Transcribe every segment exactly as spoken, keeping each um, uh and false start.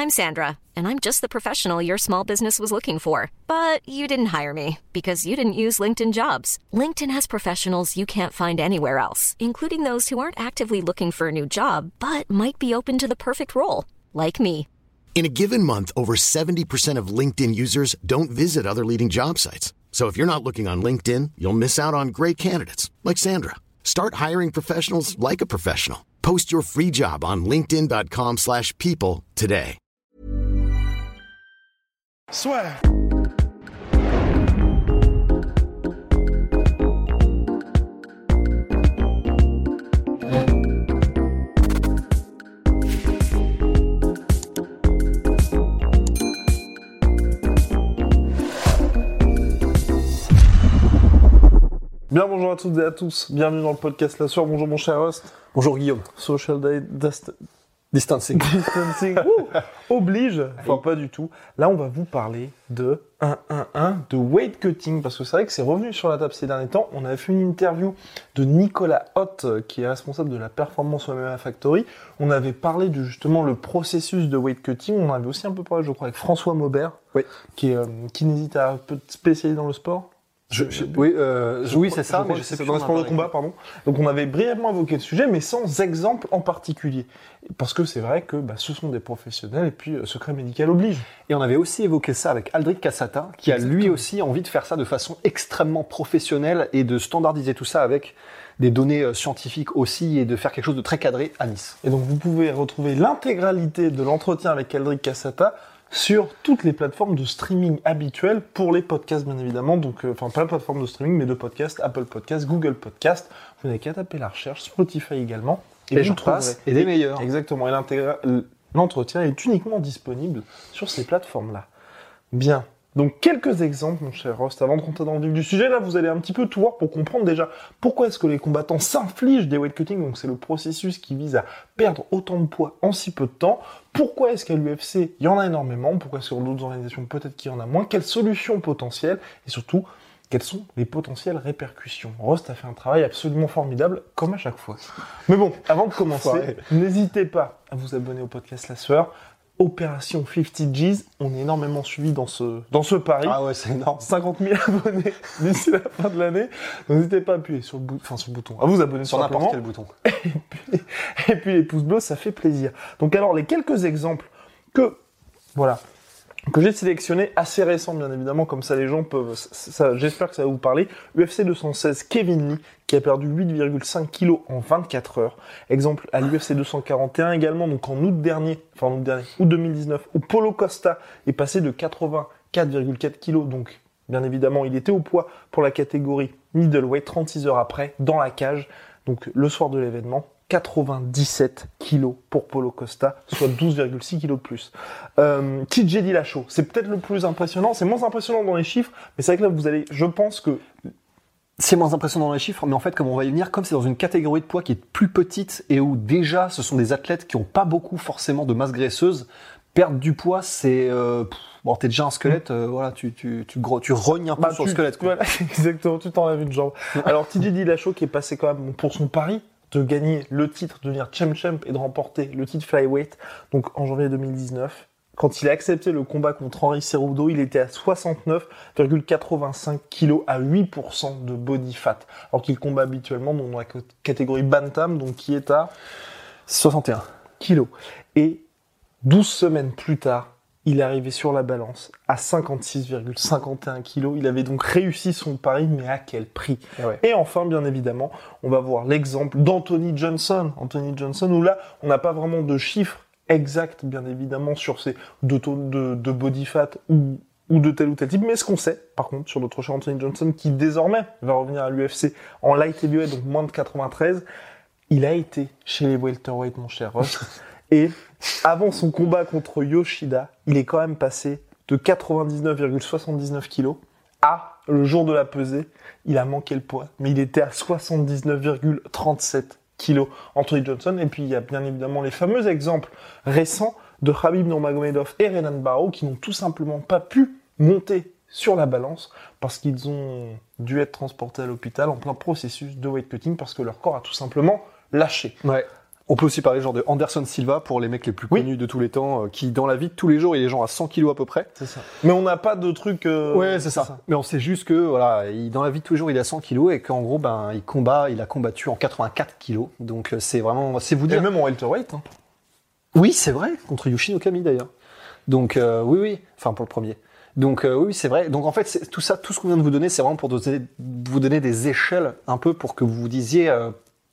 I'm Sandra, and I'm just the professional your small business was looking for. But you didn't hire me because you didn't use LinkedIn Jobs. LinkedIn has professionals you can't find anywhere else, including those who aren't actively looking for a new job, but might be open to the perfect role, like me. In a given month, over seventy percent of LinkedIn users don't visit other leading job sites. So if you're not looking on LinkedIn, you'll miss out on great candidates like Sandra. Start hiring professionals like a professional. Post your free job on linkedin.com slash people today. Soit. Bien, bonjour à toutes et à tous, bienvenue dans le podcast La Sueur. Bonjour mon cher host. Bonjour Guillaume. Social di- dist- Distancing. distancing Ouh, oblige, enfin pas du tout. Là on va vous parler de un un un, de weight cutting, parce que c'est vrai que c'est revenu sur la table ces derniers temps. On avait fait une interview de Nicolas Hott, qui est responsable de la performance au M M A Factory. On avait parlé de justement le processus de weight cutting. On avait aussi un peu parlé, je crois, avec François Maubert, Oui. qui, est, euh, qui n'hésite à un peu spécialiser dans le sport. Je, je, oui, euh, Je oui, crois- c'est ça, je crois mais je que sais c'est plus dans le si on sport en de a combat, parlé. pardon. Donc on avait brièvement évoqué le sujet, mais sans exemple en particulier. Parce que c'est vrai que bah, ce sont des professionnels et puis euh, secret médical oblige. Et on avait aussi évoqué ça avec Aldric Cassata, qui a lui Exactement. aussi envie de faire ça de façon extrêmement professionnelle et de standardiser tout ça avec des données euh, scientifiques aussi et de faire quelque chose de très cadré à Nice. Et donc vous pouvez retrouver l'intégralité de l'entretien avec Aldric Cassata sur toutes les plateformes de streaming habituelles pour les podcasts bien évidemment. Donc, euh, enfin pas la plateforme de streaming, mais de podcasts, Apple Podcasts, Google Podcasts. Vous n'avez qu'à taper la recherche, Spotify également. Et vous j'en le trouverez. passe, et des meilleurs. Exactement. Et l'intégra- l'entretien est uniquement disponible sur ces plateformes-là. Bien. Donc, quelques exemples, mon cher Rost, avant de rentrer dans le vif du sujet. Là, vous allez un petit peu tout voir pour comprendre déjà pourquoi est-ce que les combattants s'infligent des weight cutting. Donc, c'est le processus qui vise à perdre autant de poids en si peu de temps. Pourquoi est-ce qu'à l'U F C, il y en a énormément? Pourquoi est-ce que dans d'autres organisations, peut-être qu'il y en a moins? Quelles solutions potentielles? Et surtout, quelles sont les potentielles répercussions? Rost a fait un travail absolument formidable, comme à chaque fois. Mais bon, avant de commencer, Ouais. n'hésitez pas à vous abonner au podcast La Sueur. Opération cinquante G's, on est énormément suivi dans ce, dans ce pari. Ah ouais, c'est énorme. cinquante mille abonnés d'ici la fin de l'année. Donc, n'hésitez pas à appuyer sur le, bout, enfin, sur le bouton, à vous abonner Sur simplement. n'importe quel bouton. Et puis, et puis les pouces bleus, ça fait plaisir. Donc alors, les quelques exemples que, voilà, que j'ai sélectionnés, assez récents bien évidemment, comme ça les gens peuvent, ça, ça- j'espère que ça va vous parler. U F C deux cent seize, Kevin Lee, qui a perdu huit virgule cinq kilos en vingt-quatre heures. Exemple à l'U F C deux cent quarante et un également, donc en août dernier, enfin en août dernier, août deux mille dix-neuf, où Paulo Costa est passé de quatre-vingt-quatre virgule quatre kilos, donc bien évidemment il était au poids pour la catégorie middleweight, trente-six heures après, dans la cage, donc le soir de l'événement, quatre-vingt-dix-sept kilos pour Paulo Costa, soit douze virgule six kilos de plus. Euh, T J Dillashaw, c'est peut-être le plus impressionnant, c'est moins impressionnant dans les chiffres, mais c'est vrai que là vous allez, je pense que C'est moins impressionnant dans les chiffres, mais en fait, comme on va y venir, comme c'est dans une catégorie de poids qui est plus petite et où déjà ce sont des athlètes qui n'ont pas beaucoup forcément de masse graisseuse, perdre du poids, c'est euh, pff, bon, t'es déjà un squelette, euh, voilà, tu tu tu gros, tu rognes un peu Bah, sur tu- le squelette. Quoi. Voilà, exactement, tu t'enlèves une jambe. Alors, T J Dillashaw qui est passé quand même pour son pari de gagner le titre, de devenir champ champ et de remporter le titre flyweight, donc en janvier deux mille dix-neuf. Quand il a accepté le combat contre Henry Cerudo, il était à soixante-neuf virgule quatre-vingt-cinq kilos, à huit pour cent de body fat, alors qu'il combat habituellement dans la catégorie bantam, donc qui est à soixante et un. kilos. Et douze semaines plus tard, il est arrivé sur la balance à cinquante-six virgule cinquante et un kilos. Il avait donc réussi son pari, mais à quel prix? Et ouais. Et enfin, bien évidemment, on va voir l'exemple d'Anthony Johnson. Anthony Johnson, où là, on n'a pas vraiment de chiffres exacts, bien évidemment, sur ses de taux de, de body fat ou, ou de tel ou tel type. Mais ce qu'on sait, par contre, sur notre cher Anthony Johnson, qui désormais va revenir à l'U F C en light heavyweight, donc moins de quatre-vingt-treize, il a été chez les welterweight, mon cher Ross. Et avant son combat contre Yoshida, il est quand même passé de quatre-vingt-dix-neuf virgule soixante-dix-neuf kilos à, le jour de la pesée, il a manqué le poids, mais il était à soixante-dix-neuf virgule trente-sept kilos, Anthony Johnson. Et puis il y a bien évidemment les fameux exemples récents de Khabib Nurmagomedov et Renan Barrow qui n'ont tout simplement pas pu monter sur la balance parce qu'ils ont dû être transportés à l'hôpital en plein processus de weight cutting parce que leur corps a tout simplement lâché. Ouais. On peut aussi parler genre de Anderson Silva pour les mecs les plus Oui. connus de tous les temps, euh, qui dans la vie de tous les jours, il est genre à cent kilos à peu près. C'est ça. Mais on n'a pas de truc. Euh... Ouais, c'est ça. Mais on sait juste que voilà, il, dans la vie de tous les jours, il est à cent kilos et qu'en gros, ben, il combat, il a combattu en quatre-vingt-quatre kilos. Donc euh, c'est vraiment, c'est vous Et dire. même en welterweight. Hein. Oui, c'est vrai, contre Yushin Okami d'ailleurs. Donc euh, oui, oui, enfin pour le premier. Donc euh, oui, c'est vrai. Donc en fait, c'est, tout ça, tout ce qu'on vient de vous donner, c'est vraiment pour donner, vous donner des échelles un peu pour que vous vous disiez euh,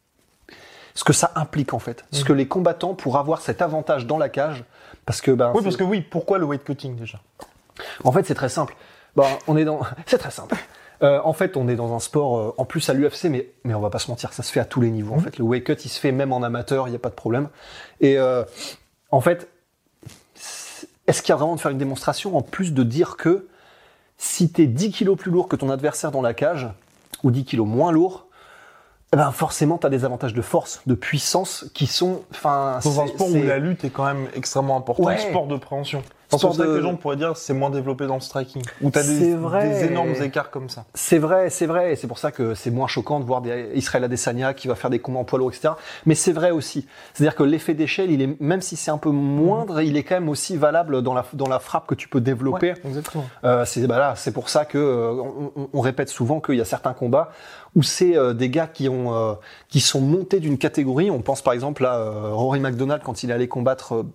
ce que ça implique en fait, mmh. ce que les combattants pour avoir cet avantage dans la cage, parce que ben. Oui, parce que oui, pourquoi le weight cutting déjà ? En fait, c'est très simple. Ben, on est dans, c'est très simple. Euh, en fait, on est dans un sport, euh, en plus à l'U F C, mais mais on va pas se mentir, ça se fait à tous les niveaux. Mmh. En fait, le weight cut, il se fait même en amateur, il y a pas de problème. Et euh, en fait, est-ce qu'il y a vraiment de faire une démonstration en plus de dire que si t'es dix kilos plus lourd que ton adversaire dans la cage ou dix kilos moins lourd, eh ben forcément t'as des avantages de force, de puissance qui sont, enfin, dans un c'est, sport c'est... où la lutte est quand même extrêmement importante, Ouais. sport de préhension. C'est Sport pour ça de- que les gens pourraient dire que c'est moins développé dans le striking, où t'as C'est des, vrai. des énormes écarts comme ça. C'est vrai, c'est vrai, et c'est pour ça que c'est moins choquant de voir des Israël Adesanya qui va faire des combats en poids lourd, et cetera. Mais c'est vrai aussi. C'est-à-dire que l'effet d'échelle, il est, même si c'est un peu moindre, il est quand même aussi valable dans la, dans la frappe que tu peux développer. Ouais, exactement. Euh, c'est, bah là, c'est pour ça que euh, on, on- on répète souvent qu'il y a certains combats où c'est euh, des gars qui ont, euh, qui sont montés d'une catégorie. On pense par exemple à euh, Rory McDonald quand il est allé combattre euh,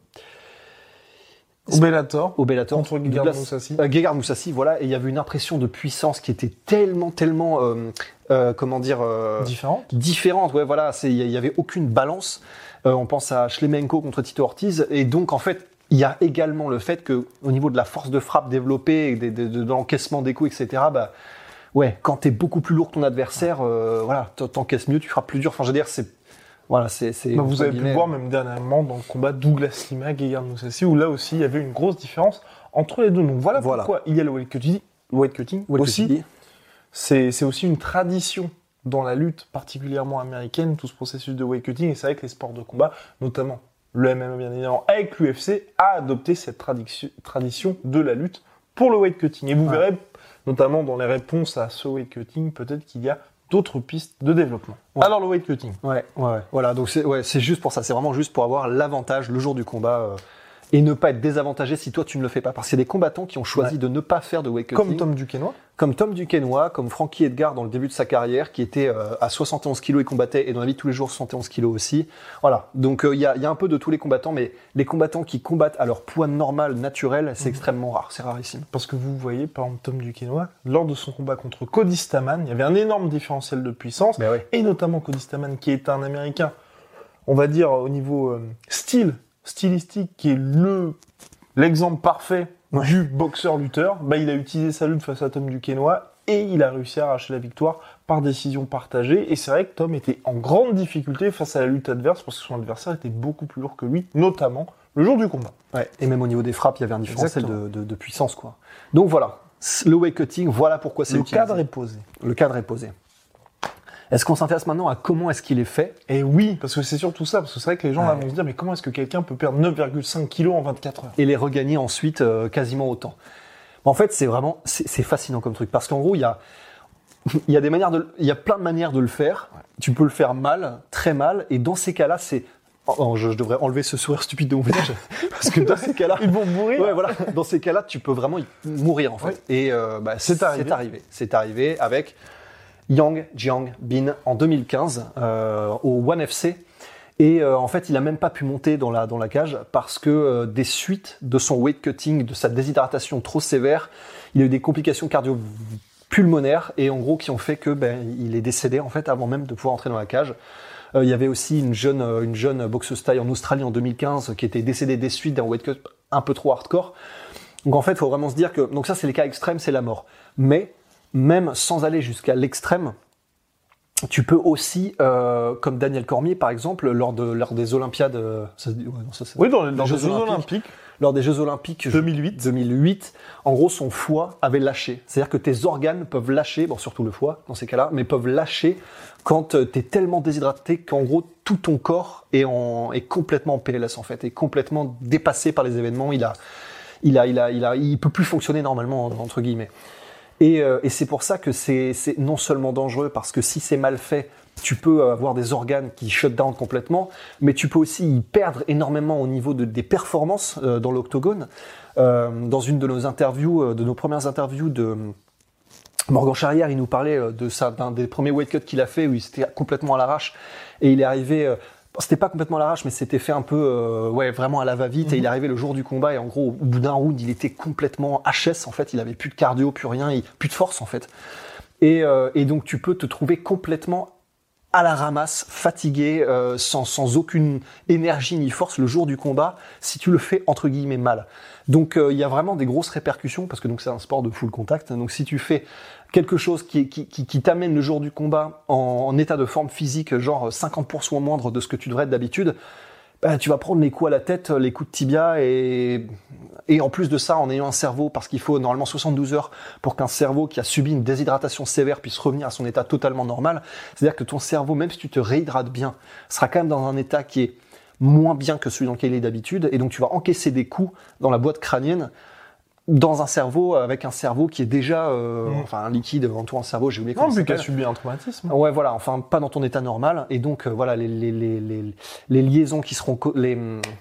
Au Bellator, au Bellator contre Gegard Douglas- Mousasi. euh, Gegard Mousasi, voilà, et il y avait une impression de puissance qui était tellement, tellement, euh, euh, comment dire, euh, différente. différente. Ouais, voilà, c'est, il y avait aucune balance. Euh, on pense à Shlemenko contre Tito Ortiz, et donc en fait, il y a également le fait que au niveau de la force de frappe développée, et des- de, de, de l'encaissement des coups, et cetera. Bah, ouais, quand t'es beaucoup plus lourd que ton adversaire, euh, voilà, t'encaisses mieux, tu frappes plus dur. Enfin, je veux dire, c'est, voilà, c'est, c'est. Bah, vous entre avez pu guillemets, le voir même dernièrement dans le combat Douglas Lima, Gegard Mousasi, où là aussi il y avait une grosse différence entre les deux. Donc voilà, Voilà. pourquoi il y a le weight cutting, le weight cutting ouais, que aussi. tu dis. C'est, c'est aussi une tradition dans la lutte particulièrement américaine, tout ce processus de weight cutting, et c'est vrai que les sports de combat, notamment le M M A bien évidemment, avec l'U F C, a adopté cette tradition, tradition de la lutte pour le weight cutting. Et vous Ouais. verrez, notamment dans les réponses à ce weight cutting, peut-être qu'il y a d'autres pistes de développement. Ouais. Alors le weight cutting. Ouais, ouais, ouais. Voilà, donc c'est, ouais, c'est juste pour ça, c'est vraiment juste pour avoir l'avantage le jour du combat euh, et ne pas être désavantagé si toi tu ne le fais pas. Parce qu'il y a des combattants qui ont choisi Ouais. de ne pas faire de weight cutting. Comme Tom Duquesnoy. Comme Tom Duquesnoy, comme Frankie Edgar dans le début de sa carrière, qui était euh, à soixante et onze kilos et combattait, et dans la vie de tous les jours soixante et onze kilos aussi. Voilà, donc il y, a, y a un peu de tous les combattants, mais les combattants qui combattent à leur poids normal, naturel, c'est Mhm. extrêmement rare, c'est rarissime. Parce que vous voyez, par exemple, Tom Duquesnoy, lors de son combat contre Cody Stamann, il y avait un énorme différentiel de puissance, Mais ouais. et notamment Cody Stamann, qui est un Américain, on va dire au niveau euh, style, stylistique, qui est le l'exemple parfait Ouais. du boxeur-lutteur, bah, il a utilisé sa lutte face à Tom Duquesnoy, et il a réussi à arracher la victoire par décision partagée, et c'est vrai que Tom était en grande difficulté face à la lutte adverse, parce que son adversaire était beaucoup plus lourd que lui, notamment le jour du combat. Ouais. Et même au niveau des frappes, il y avait un différentiel Exactement. de, de, de puissance, quoi. Donc voilà, le weight cutting, voilà pourquoi c'est Le utilisé. cadre est posé. Le cadre est posé. Est-ce qu'on s'intéresse maintenant à comment est-ce qu'il est fait? Et oui, parce que c'est surtout ça, parce que c'est vrai que les gens là Ouais. vont se dire, mais comment est-ce que quelqu'un peut perdre neuf virgule cinq kilos en vingt-quatre heures? Et les regagner ensuite euh, quasiment autant. En fait, c'est vraiment, c'est, c'est fascinant comme truc, parce qu'en gros, il y a, il y a des manières de, il y a plein de manières de le faire. Tu peux le faire mal, très mal, et dans ces cas-là, c'est, oh, oh, je, je devrais enlever ce sourire stupide de mon visage, parce que dans ces cas-là, Ils vont mourir. ouais, voilà, dans ces cas-là, tu peux vraiment y mourir en fait. Ouais. Et euh, bah, C'est arrivé. C'est arrivé. C'est arrivé avec Yang Jiang Bin en deux mille quinze euh, au One F C. Et euh, en fait, il a même pas pu monter dans la dans la cage parce que euh, des suites de son weight cutting, de sa déshydratation trop sévère, il a eu des complications cardio-pulmonaires et en gros qui ont fait que ben il est décédé en fait avant même de pouvoir entrer dans la cage. Euh, il y avait aussi une jeune euh, une jeune boxeuse thaï en Australie en deux mille quinze qui était décédée des suites d'un weight cut un peu trop hardcore. Donc en fait, il faut vraiment se dire que donc ça c'est les cas extrêmes, c'est la mort. Mais même sans aller jusqu'à l'extrême, tu peux aussi, euh, comme Daniel Cormier par exemple, lors de lors des Olympiades, euh, ça se dit, ouais, non, ça, c'est- Oui, dans les, dans les les Jeux Jeux Olympiques. Olympiques, lors des Jeux Olympiques deux mille huit. deux mille huit, en gros son foie avait lâché. C'est-à-dire que tes organes peuvent lâcher, bon surtout le foie dans ces cas-là, mais peuvent lâcher quand tu es tellement déshydraté qu'en gros tout ton corps est, en, est complètement en P L S en fait, est complètement dépassé par les événements. Il a, il a, il a, il a, il peut plus fonctionner normalement entre guillemets. Et, euh, et c'est pour ça que c'est, c'est non seulement dangereux parce que si c'est mal fait, tu peux avoir des organes qui shut down complètement, mais tu peux aussi y perdre énormément au niveau de, des performances euh, dans l'octogone. Euh, dans une de nos interviews, euh, de nos premières interviews de Morgan Charrière, il nous parlait de ça, d'un des premiers weight cuts qu'il a fait où il était complètement à l'arrache et il est arrivé, euh, c'était pas complètement à l'arrache, mais c'était fait un peu, euh, ouais, vraiment à la va-vite. Mm-hmm. Et il est arrivé le jour du combat et en gros, au bout d'un round, il était complètement H S en fait, il avait plus de cardio, plus rien, il, plus de force en fait. Et, euh, et donc tu peux te trouver complètement à la ramasse, fatigué, euh, sans, sans aucune énergie ni force le jour du combat, si tu le fais entre guillemets mal. Donc il euh, y a vraiment des grosses répercussions, parce que donc c'est un sport de full contact, donc si tu fais quelque chose qui, qui, qui, qui t'amène le jour du combat en, en état de forme physique, genre cinquante pour cent moindre de ce que tu devrais être d'habitude, bah, tu vas prendre les coups à la tête, les coups de tibia, et, et en plus de ça, en ayant un cerveau, parce qu'il faut normalement soixante-douze heures pour qu'un cerveau qui a subi une déshydratation sévère puisse revenir à son état totalement normal. C'est-à-dire que ton cerveau, même si tu te réhydrates bien, sera quand même dans un état qui est moins bien que celui dans lequel il est d'habitude, et donc tu vas encaisser des coups dans la boîte crânienne, dans un cerveau, avec un cerveau qui est déjà, euh, mmh. enfin un liquide entourant le cerveau, j'ai oublié comment ça s'appelle. Non, vu qu'il a subi un traumatisme. Ouais, voilà, enfin pas dans ton état normal, et donc euh, voilà les les les les les liaisons qui seront co- les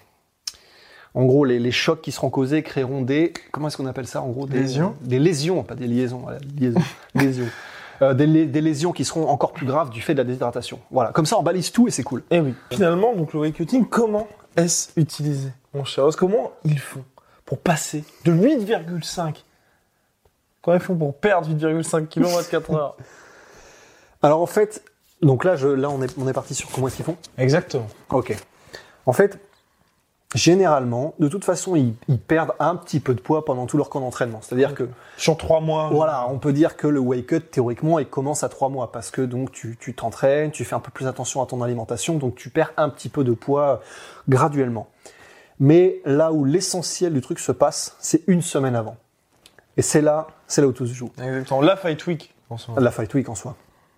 en gros les les chocs qui seront causés créeront des, comment est-ce qu'on appelle ça en gros, des lésions, des lésions, pas des liaisons, voilà, liaisons, lésions. Euh, des, des lésions qui seront encore plus graves du fait de la déshydratation. Voilà, comme ça on balise tout et c'est cool. Et oui. Finalement, donc le weight cutting, comment est-ce utilisé, mon cher Oz? Comment ils font pour passer de huit virgule cinq, comment ils font pour perdre huit virgule cinq kilos en vingt-quatre heures? Alors en fait, donc là, je, là on est, on est parti sur comment est-ce qu'ils font. Exactement. Ok. En fait, généralement, de toute façon, ils, ils perdent un petit peu de poids pendant tout leur camp d'entraînement. C'est-à-dire que sur trois mois. Voilà, on peut dire que le weight cut théoriquement, il commence à trois mois parce que donc tu, tu t'entraînes, tu fais un peu plus attention à ton alimentation, donc tu perds un petit peu de poids graduellement. Mais là où l'essentiel du truc se passe, c'est une semaine avant. Et c'est là, c'est là où tout se joue. Exactement. La fight week en soi. La fight week en soi.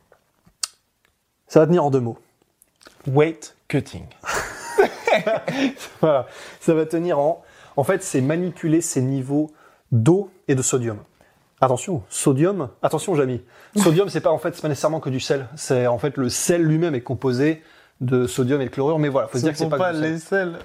Ça va tenir en deux mots. Weight cutting. Voilà. Ça va tenir en... En fait, c'est manipuler ces niveaux d'eau et de sodium. Attention, sodium... Attention, Jamy. Sodium, c'est pas, en fait, c'est pas nécessairement que du sel. C'est, en fait, le sel lui-même est composé de sodium et de chlorure, mais voilà, faut se dire que c'est pas, pas du sel. les sels.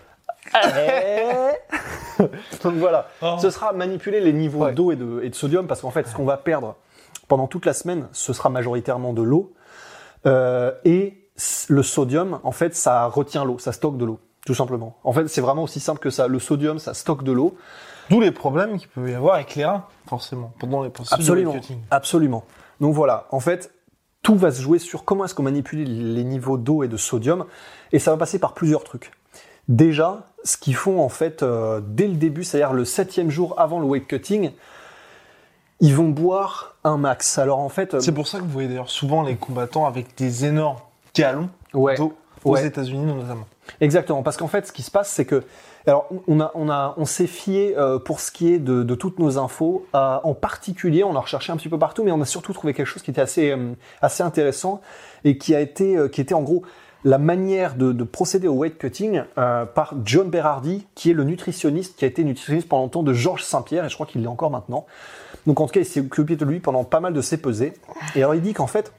Donc voilà, oh. Ce sera manipuler les niveaux ouais. d'eau et de, et de sodium, parce qu'en fait, ce qu'on va perdre pendant toute la semaine, ce sera majoritairement de l'eau. Euh, et le sodium, en fait, ça retient l'eau, ça stocke de l'eau, tout simplement. En fait, c'est vraiment aussi simple que ça. Le sodium, ça stocke de l'eau. D'où les problèmes qu'il peut y avoir avec les reins, forcément, pendant les processus absolument, de weight cutting. Absolument. Donc voilà, en fait, tout va se jouer sur comment est-ce qu'on manipule les niveaux d'eau et de sodium, et ça va passer par plusieurs trucs. Déjà, ce qu'ils font en fait euh, dès le début, c'est-à-dire le septième jour avant le weight cutting, ils vont boire un max. Alors en fait, euh, c'est pour ça que vous voyez d'ailleurs souvent les combattants avec des énormes galons ouais, d'eau aux ouais. États-Unis notamment. Exactement, parce qu'en fait, ce qui se passe, c'est que, alors, on a, on a, on s'est fié euh, pour ce qui est de, de toutes nos infos. À, en particulier, on a recherché un petit peu partout, mais on a surtout trouvé quelque chose qui était assez, euh, assez intéressant et qui a été, euh, qui était en gros la manière de, de procéder au weight cutting euh, par John Berardi, qui est le nutritionniste, qui a été nutritionniste pendant longtemps de Georges Saint-Pierre, et je crois qu'il l'est encore maintenant. Donc en tout cas, il s'est occupé de lui pendant pas mal de ses pesées. Et alors il dit qu'en fait,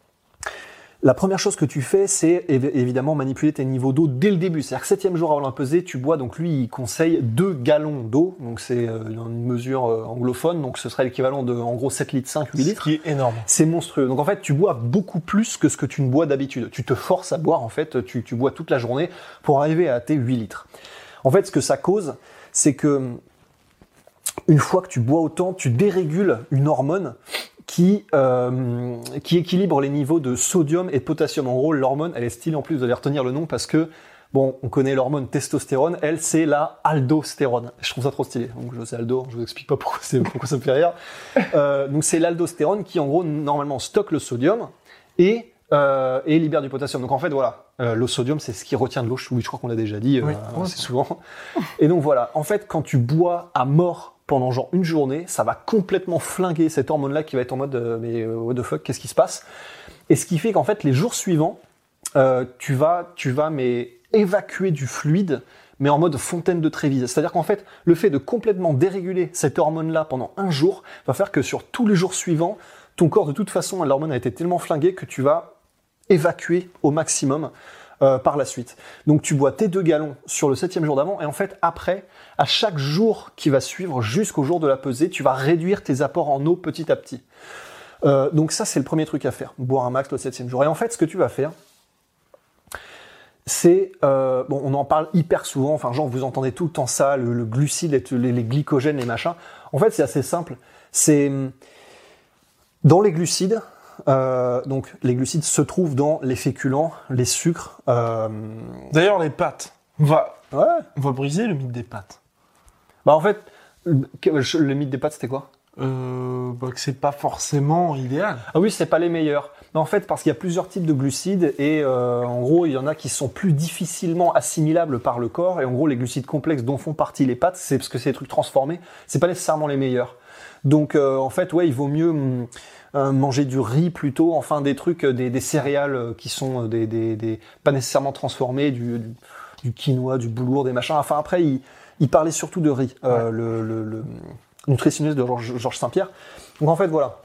la première chose que tu fais, c'est évidemment manipuler tes niveaux d'eau dès le début. C'est-à-dire que septième jour avant la pesée, tu bois, donc lui, il conseille deux gallons d'eau. Donc c'est une mesure anglophone, donc ce serait l'équivalent de, en gros, sept litres cinq, huit litres. Ce qui est énorme. C'est monstrueux. Donc en fait, tu bois beaucoup plus que ce que tu ne bois d'habitude. Tu te forces à boire, en fait, tu, tu bois toute la journée pour arriver à tes huit litres. En fait, ce que ça cause, c'est que une fois que tu bois autant, tu dérégules une hormone qui euh, qui équilibre les niveaux de sodium et de potassium. En gros, l'hormone, elle est stylée en plus, vous allez retenir le nom parce que, bon, on connaît l'hormone testostérone, elle, c'est la aldostérone. Je trouve ça trop stylé. Donc, je sais aldo, je vous explique pas pourquoi, c'est, pourquoi ça me fait rire. Euh, donc, c'est l'aldostérone qui, en gros, normalement stocke le sodium et euh, et libère du potassium. Donc, en fait, voilà, euh, le sodium, c'est ce qui retient de l'eau. Oui, je crois qu'on l'a déjà dit euh, oui, assez souvent. Et donc, voilà, en fait, quand tu bois à mort pendant genre une journée, ça va complètement flinguer cette hormone-là qui va être en mode euh, mais euh, what the fuck, qu'est-ce qui se passe? Et ce qui fait qu'en fait les jours suivants, euh, tu vas, tu vas mais évacuer du fluide, mais en mode fontaine de Trévise. C'est-à-dire qu'en fait, le fait de complètement déréguler cette hormone-là pendant un jour va faire que sur tous les jours suivants, ton corps de toute façon, l'hormone a été tellement flinguée que tu vas évacuer au maximum euh, par la suite. Donc tu bois tes deux gallons sur le septième jour d'avant, et en fait après, à chaque jour qui va suivre jusqu'au jour de la pesée, tu vas réduire tes apports en eau petit à petit. Euh, donc ça c'est le premier truc à faire, boire un max le septième jour. Et en fait ce que tu vas faire, c'est, euh, bon, on en parle hyper souvent, enfin genre vous entendez tout le temps ça, le, le glucide, les, les glycogènes, les machins. En fait c'est assez simple, c'est dans les glucides, euh, donc les glucides se trouvent dans les féculents, les sucres. Euh... D'ailleurs les pâtes, on va, Ouais. on va briser le mythe des pâtes. Bah en fait, le, le mythe des pâtes c'était quoi? Euh, bah, que c'est pas forcément idéal. Ah oui, c'est pas les meilleurs. Mais en fait, parce qu'il y a plusieurs types de glucides et euh, en gros, il y en a qui sont plus difficilement assimilables par le corps. Et en gros, les glucides complexes dont font partie les pâtes, c'est parce que c'est des trucs transformés, c'est pas nécessairement les meilleurs. Donc euh, en fait, ouais, il vaut mieux hum, euh, manger du riz plutôt, enfin des trucs, des, des céréales qui sont des, des, des pas nécessairement transformées, du, du, du quinoa, du boulgour, des machins. Enfin après, il, il parlait surtout de riz, euh, ouais. le, le, le nutritionniste de Georges, Georges Saint-Pierre. Donc en fait, voilà.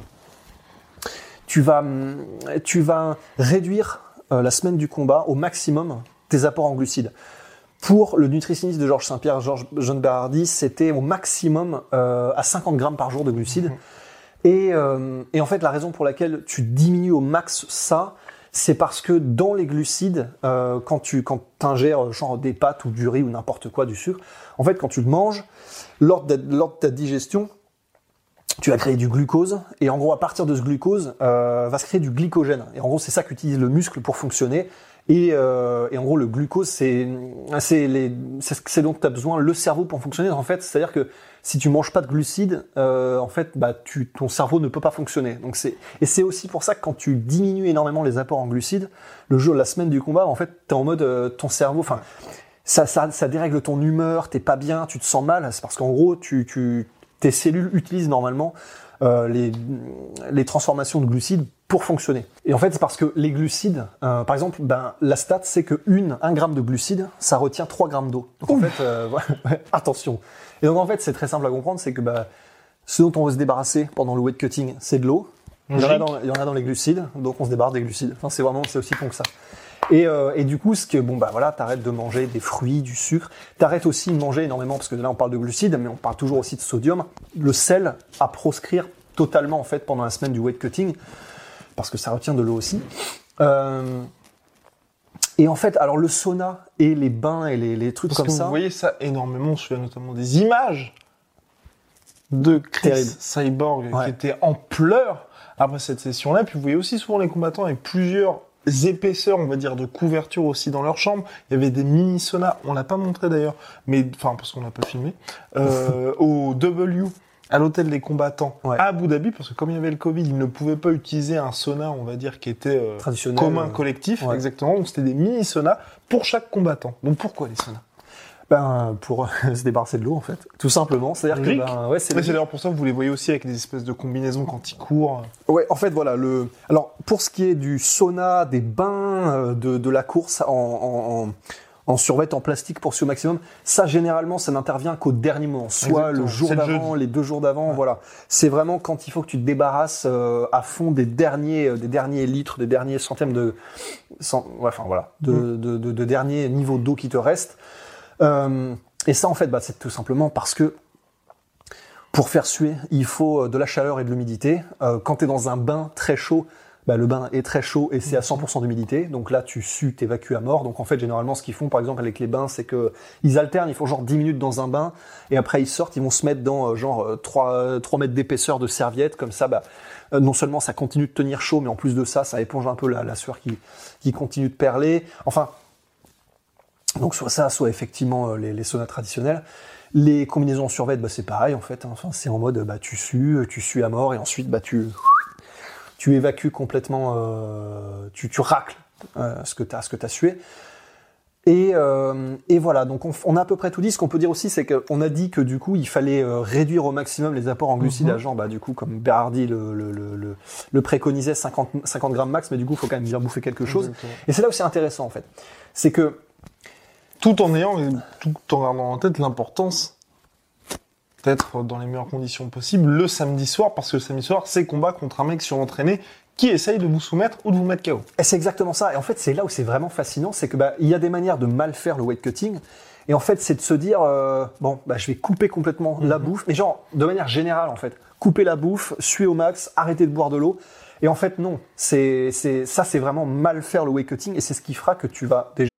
Tu vas, tu vas réduire euh, la semaine du combat au maximum tes apports en glucides. Pour le nutritionniste de Georges Saint-Pierre, Georges John Berardi, c'était au maximum euh, à cinquante grammes par jour de glucides. Mmh. Et, euh, et en fait, la raison pour laquelle tu diminues au max ça, c'est parce que dans les glucides, euh, quand tu quand t'ingères genre des pâtes ou du riz ou n'importe quoi, du sucre, en fait, quand tu le manges, lors de, lors de ta digestion, tu vas créer du glucose, et en gros, à partir de ce glucose, euh, va se créer du glycogène. Et en gros, c'est ça qu'utilise le muscle pour fonctionner. Et, euh, et en gros, le glucose, c'est, c'est, les, c'est, c'est dont tu as besoin le cerveau pour fonctionner. En fait, c'est-à-dire que si tu manges pas de glucides, euh, en fait, bah, tu, ton cerveau ne peut pas fonctionner. Donc c'est, et c'est aussi pour ça que quand tu diminues énormément les apports en glucides, le jour, la semaine du combat, en fait, t'es en mode euh, ton cerveau, enfin, ça, ça, ça dérègle ton humeur, t'es pas bien, tu te sens mal. C'est parce qu'en gros, tu, tu, tes cellules utilisent normalement euh, les, les transformations de glucides pour fonctionner. Et en fait, c'est parce que les glucides, euh, par exemple, ben, la stat, c'est que une, un gramme de glucides, ça retient trois grammes d'eau. Donc en fait, euh, ouais, attention. Et donc en fait, c'est très simple à comprendre, c'est que ben, ce dont on veut se débarrasser pendant le weight cutting, c'est de l'eau. Il y en a dans, il y en a dans les glucides, donc on se débarrasse des glucides. Enfin, c'est vraiment, c'est aussi con que ça. Et, euh, et du coup, ce que, bon, bah voilà, t'arrêtes de manger des fruits, du sucre. T'arrêtes aussi de manger énormément, parce que là, on parle de glucides, mais on parle toujours aussi de sodium. Le sel à proscrire totalement, en fait, pendant la semaine du weight cutting, parce que ça retient de l'eau aussi. Euh, et en fait, alors le sauna et les bains et les, les trucs parce comme que ça. Vous voyez ça énormément, je fais notamment des images de Chris Terrible. Cyborg Ouais. qui était en pleurs après cette session-là. Puis vous voyez aussi souvent les combattants avec plusieurs épaisseurs, on va dire, de couverture aussi dans leur chambre. Il y avait des mini saunas, on l'a pas montré d'ailleurs, mais enfin parce qu'on l'a pas filmé, euh, au W, à l'hôtel des combattants Ouais. à Abu Dhabi, parce que comme il y avait le Covid, ils ne pouvaient pas utiliser un sauna, on va dire, qui était euh, Traditionnel, commun, euh, collectif, ouais. exactement. Donc c'était des mini saunas pour chaque combattant. Donc pourquoi les saunas? Ben, pour se débarrasser de l'eau, en fait. Tout simplement. C'est-à-dire Logique. que, ben, ouais, c'est Mais c'est d'ailleurs pour ça que vous les voyez aussi avec des espèces de combinaisons quand ils courent. Ouais, en fait, voilà. Le... Alors, pour ce qui est du sauna, des bains, euh, de, de la course en, en, en, en survêt en plastique pour ce au maximum, ça, généralement, ça n'intervient qu'au dernier moment. Soit Exactement. le jour C'est le d'avant, jeudi. les deux jours d'avant, Ouais. voilà. C'est vraiment quand il faut que tu te débarrasses euh, à fond des derniers, euh, des derniers litres, des derniers centièmes de... cent- ouais, enfin, voilà. De, Mm. de, de, de derniers niveaux d'eau qui te restent. Euh, et ça, en fait, bah, c'est tout simplement parce que pour faire suer, il faut de la chaleur et de l'humidité. Euh, quand tu es dans un bain très chaud, bah, le bain est très chaud et c'est à cent pour cent d'humidité. Donc là, tu sues, t'évacues à mort. Donc en fait, généralement, ce qu'ils font, par exemple, avec les bains, c'est que ils alternent. Ils font genre dix minutes dans un bain et après ils sortent. Ils vont se mettre dans euh, genre euh, trois, trois mètres d'épaisseur de serviette. Comme ça, bah, euh, non seulement ça continue de tenir chaud, mais en plus de ça, ça éponge un peu la, la sueur qui, qui continue de perler. Enfin, donc soit ça, soit effectivement euh, les, les saunas traditionnels. Les combinaisons en survêt, bah, c'est pareil en fait. Hein. Enfin, c'est en mode bah, tu sues, tu sues à mort et ensuite bah, tu, tu évacues complètement, euh, tu, tu racles euh, ce que tu as ce que t'as sué. Et, euh, et voilà, donc on, on a à peu près tout dit. Ce qu'on peut dire aussi, c'est qu'on a dit que du coup, il fallait euh, réduire au maximum les apports en glucides Mm-hmm. à genre, bah, du coup, comme Berardi le, le, le, le, le préconisait, cinquante, cinquante grammes max, mais du coup, il faut quand même bien bouffer quelque chose. Exactement. Et c'est là où c'est intéressant en fait. C'est que Tout en ayant, tout en gardant en tête l'importance d'être dans les meilleures conditions possibles le samedi soir, parce que le samedi soir, c'est combat contre un mec surentraîné qui essaye de vous soumettre ou de vous mettre K O. Et c'est exactement ça. Et en fait, c'est là où c'est vraiment fascinant, c'est que bah, il y a des manières de mal faire le weight cutting. Et en fait, c'est de se dire, euh, bon, bah, je vais couper complètement mm-hmm. la bouffe, mais genre, de manière générale, en fait. Couper la bouffe, suer au max, arrêter de boire de l'eau. Et en fait, non. C'est, c'est, ça, c'est vraiment mal faire le weight cutting, et c'est ce qui fera que tu vas déjà...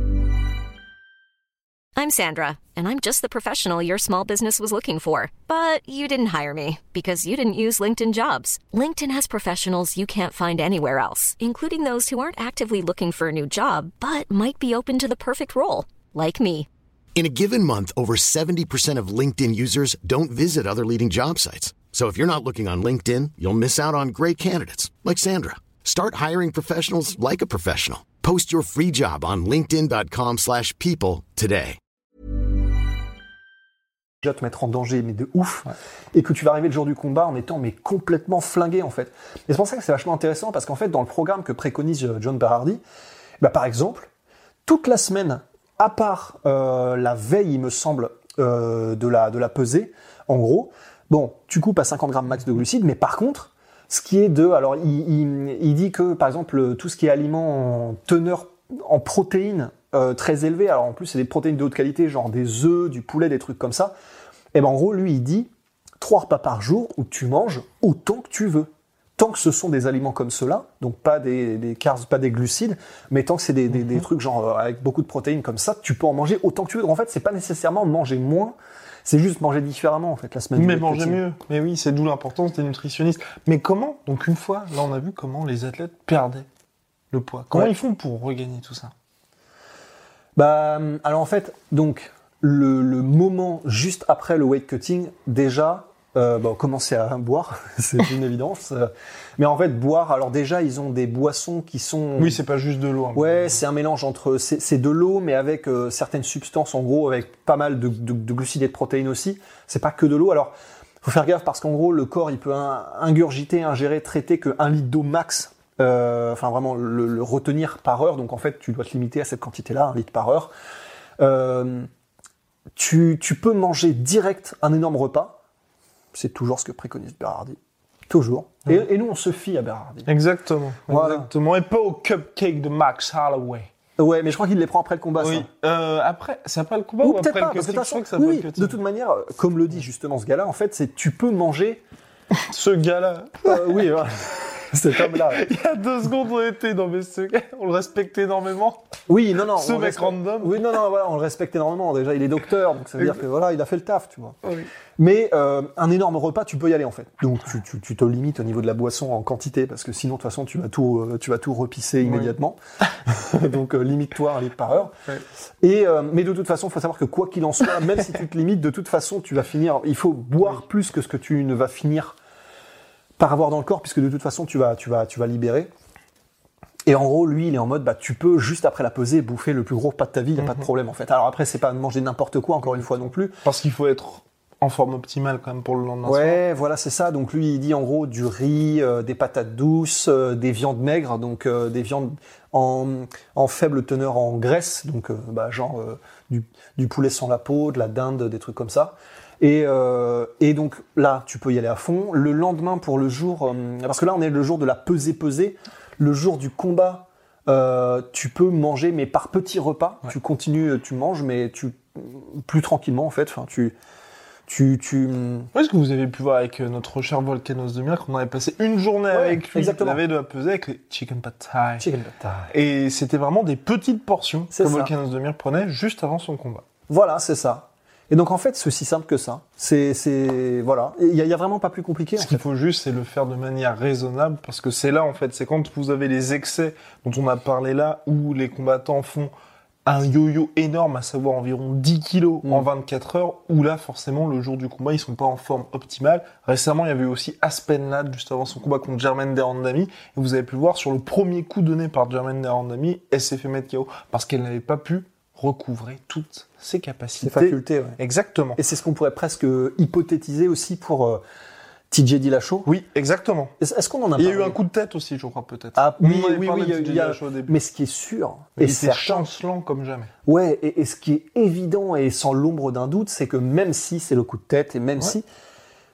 I'm Sandra, and I'm just the professional your small business was looking for. But you didn't hire me, because you didn't use LinkedIn Jobs. LinkedIn has professionals you can't find anywhere else, including those who aren't actively looking for a new job, but might be open to the perfect role, like me. In a given month, over seventy percent of LinkedIn users don't visit other leading job sites. So if you're not looking on LinkedIn, you'll miss out on great candidates like Sandra. Start hiring professionals like a professional. Post your free job on linkedin.com slash people today. Déjà te mettre en danger, mais de ouf, ouais. Et que tu vas arriver le jour du combat en étant mais complètement flingué en fait. Et c'est pour ça que c'est vachement intéressant, parce qu'en fait, dans le programme que préconise John Berardi, bah, par exemple, toute la semaine, à part euh, la veille, il me semble, euh, de la de la pesée, en gros, bon, tu coupes à cinquante grammes max de glucides, mais par contre, ce qui est de, alors il, il, il dit que par exemple tout ce qui est aliments en teneur en protéines euh, très élevées, alors en plus c'est des protéines de haute qualité, genre des œufs, du poulet, des trucs comme ça. Et ben en gros, lui il dit trois repas par jour où tu manges autant que tu veux. Tant que ce sont des aliments comme ceux-là, donc pas des, des carbs, pas des glucides, mais tant que c'est des, des, mm-hmm. des trucs genre euh, avec beaucoup de protéines comme ça, tu peux en manger autant que tu veux. En fait, c'est pas nécessairement manger moins, c'est juste manger différemment en fait la semaine. Mais manger mieux. Mais oui, c'est d'où l'importance des nutritionnistes. Mais comment ? Donc une fois, là on a vu comment les athlètes perdaient le poids. Comment ouais. ils font pour regagner tout ça ? Bah alors en fait, donc le, le moment juste après le weight cutting, déjà. Euh, bah, commencer à boire, c'est une évidence. Mais en fait, boire, alors déjà, ils ont des boissons qui sont... Oui, c'est pas juste de l'eau. Hein. Ouais, c'est un mélange entre... C'est, c'est de l'eau, mais avec euh, certaines substances, en gros, avec pas mal de, de, de glucides et de protéines aussi. C'est pas que de l'eau. Alors, faut faire gaffe parce qu'en gros, le corps, il peut un, ingurgiter, ingérer, traiter que un litre d'eau max. Euh, enfin, vraiment, le, le retenir par heure. Donc, en fait, tu dois te limiter à cette quantité-là, un litre par heure. Euh, tu, tu peux manger direct un énorme repas. C'est toujours ce que préconise Berardi. Toujours. Mmh. Et, et nous, on se fie à Berardi. Exactement. Voilà. Exactement. Et pas au cupcake de Max Holloway. Ouais, mais je crois qu'il les prend après le combat, oui. ça. Euh, après, c'est après le combat ou, ou, peut-être après pas, le parce que de toute façon, oui, oui, de toute manière, comme le dit justement ce gars-là, en fait, c'est tu peux manger... ce gars-là. Euh, oui, voilà. Cet homme-là. Ouais. Il y a deux secondes, on était dans mais ce gars, on le respecte énormément. Oui, non, non. Ce mec respecte... random. Oui, non, non, voilà, on le respecte énormément. Déjà, il est docteur, donc ça veut dire que voilà, il a fait le taf, tu vois. Oui. Mais euh, un énorme repas, tu peux y aller en fait. Donc tu, tu, tu te limites au niveau de la boisson en quantité, parce que sinon de toute façon tu vas tout, euh, tu vas tout repisser immédiatement. Oui. Donc euh, limite-toi un litre par heure. Oui. Et euh, mais de toute façon, il faut savoir que quoi qu'il en soit, même si tu te limites, de toute façon tu vas finir. Il faut boire oui. plus que ce que tu ne vas finir par avoir dans le corps, puisque de toute façon tu vas, tu vas, tu vas libérer. Et en gros, lui, il est en mode, bah, tu peux juste après la pesée bouffer le plus gros repas de ta vie, il y a mm-hmm. pas de problème en fait. Alors après, c'est pas manger n'importe quoi, encore une fois non plus. Parce qu'il faut être en forme optimale quand même pour le lendemain. Ouais, soir. Voilà, c'est ça. Donc lui, il dit en gros du riz, euh, des patates douces, euh, des viandes maigres, donc euh, des viandes en, en faible teneur en graisse, donc euh, bah, genre euh, du, du poulet sans la peau, de la dinde, des trucs comme ça. Et, euh, et donc là, tu peux y aller à fond. Le lendemain, pour le jour, euh, parce que là, on est le jour de la pesée-pesée, le jour du combat, euh, tu peux manger, mais par petits repas. Ouais. Tu continues, tu manges, mais tu plus tranquillement en fait. Enfin, tu Tu, tu... Oui, ce que vous avez pu voir avec notre cher Volcanos de Mir, qu'on avait passé une journée ouais, avec lui, exactement. On avait de la pesée avec les chicken pad thai. Chicken pad thai. Et c'était vraiment des petites portions c'est que ça. Volcanos de Mir prenait juste avant son combat. Voilà, c'est ça. Et donc en fait, c'est aussi simple que ça. C'est, c'est voilà. Il y, y a vraiment pas plus compliqué. Ce en qu'il fait. faut juste, c'est le faire de manière raisonnable, parce que c'est là en fait, c'est quand vous avez les excès dont on a parlé là, où les combattants font un yo-yo énorme, à savoir environ dix kilos mmh. en vingt-quatre heures, où là, forcément, le jour du combat, ils sont pas en forme optimale. Récemment, il y avait aussi Aspen Ladd, juste avant son combat contre Germaine de Randamie, et vous avez pu le voir sur le premier coup donné par Germaine de Randamie, elle s'est fait mettre K O, parce qu'elle n'avait pas pu recouvrer toutes ses capacités. Ses facultés, ouais. Exactement. Et c'est ce qu'on pourrait presque hypothétiser aussi pour euh, T J Dillashaw. Oui, exactement. Est-ce qu'on en a Il y parlé ? a eu un coup de tête aussi, je crois, peut-être. Ah, oui, oui, oui, oui, il y a, il y a, au début. mais ce qui est sûr, et et c'est chancelant comme jamais. Ouais, et, et ce qui est évident et sans l'ombre d'un doute, c'est que même si c'est le coup de tête, et même ouais. si,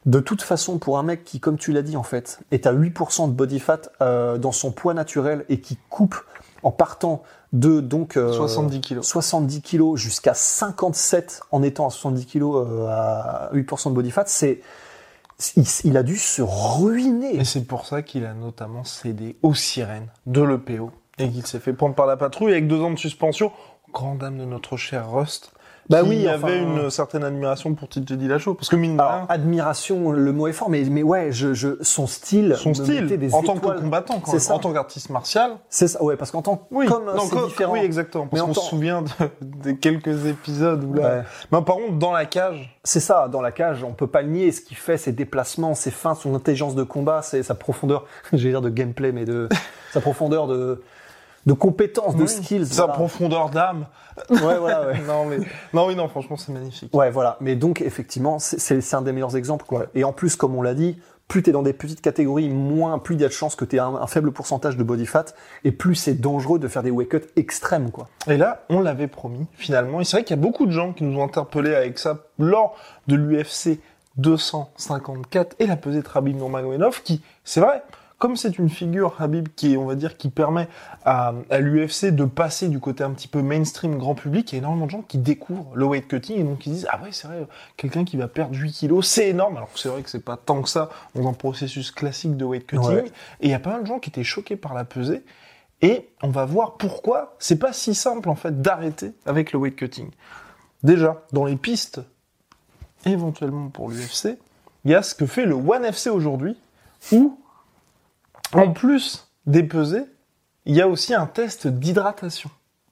De toute façon, pour un mec qui, comme tu l'as dit en fait, est à huit pour cent de body fat euh, dans son poids naturel et qui coupe en partant de donc euh, soixante-dix kilos, soixante-dix kilos jusqu'à cinquante-sept en étant à soixante-dix kilos euh, à huit pour cent de body fat, c'est il, il a dû se ruiner. Et c'est pour ça qu'il a notamment cédé aux sirènes de l'E P O et qu'il s'est fait prendre par la patrouille avec deux ans de suspension. Grande dame de notre cher Rust. Bah qui oui, avait enfin, une certaine admiration pour T J Dillashaw, parce que mine de alors, rien, admiration, le mot est fort, mais mais ouais, je, je son style, son me style, mettait des en tant étoiles. que combattant, quand C'est même, ça. en tant qu'artiste martial, C'est ça, ouais, parce qu'en tant oui, comme non, c'est co- différent. oui, exactement, parce Mais en qu'on tant- se souvient de, de quelques épisodes où là, Ouais. mais par contre, dans la cage, C'est ça, dans la cage, on peut pas le nier, ce qu'il fait, ses déplacements, ses feintes, son intelligence de combat, c'est sa profondeur, j'allais dire de gameplay, mais de sa profondeur de de compétences, de oui, skills. sa voilà. profondeur d'âme. Ouais, voilà, ouais. non, mais, non, oui, non, franchement, c'est magnifique. Ouais, voilà. Mais donc, effectivement, c'est, c'est, c'est un des meilleurs exemples, quoi. Et en plus, comme on l'a dit, plus t'es dans des petites catégories, moins, plus il y a de chances que t'aies un, un faible pourcentage de body fat, et plus c'est dangereux de faire des weight cuts extrêmes, quoi. Et là, on l'avait promis, finalement. Et c'est vrai qu'il y a beaucoup de gens qui nous ont interpellés avec ça lors de l'U F C deux cent cinquante-quatre et la pesée de Khabib Nurmagomedov, qui, c'est vrai, comme c'est une figure, Khabib, qui est, on va dire, qui permet à, à l'U F C de passer du côté un petit peu mainstream, grand public, il y a énormément de gens qui découvrent le weight cutting et donc qui disent, ah ouais, c'est vrai, quelqu'un qui va perdre huit kilos, c'est énorme, alors que c'est vrai que c'est pas tant que ça dans un processus classique de weight cutting. Ouais. Et il y a pas mal de gens qui étaient choqués par la pesée. Et on va voir pourquoi c'est pas si simple, en fait, d'arrêter avec le weight cutting. Déjà, dans les pistes, éventuellement pour l'U F C, il y a ce que fait le ONE F C aujourd'hui, où, en plus des pesées, il y a aussi un test d'hydratation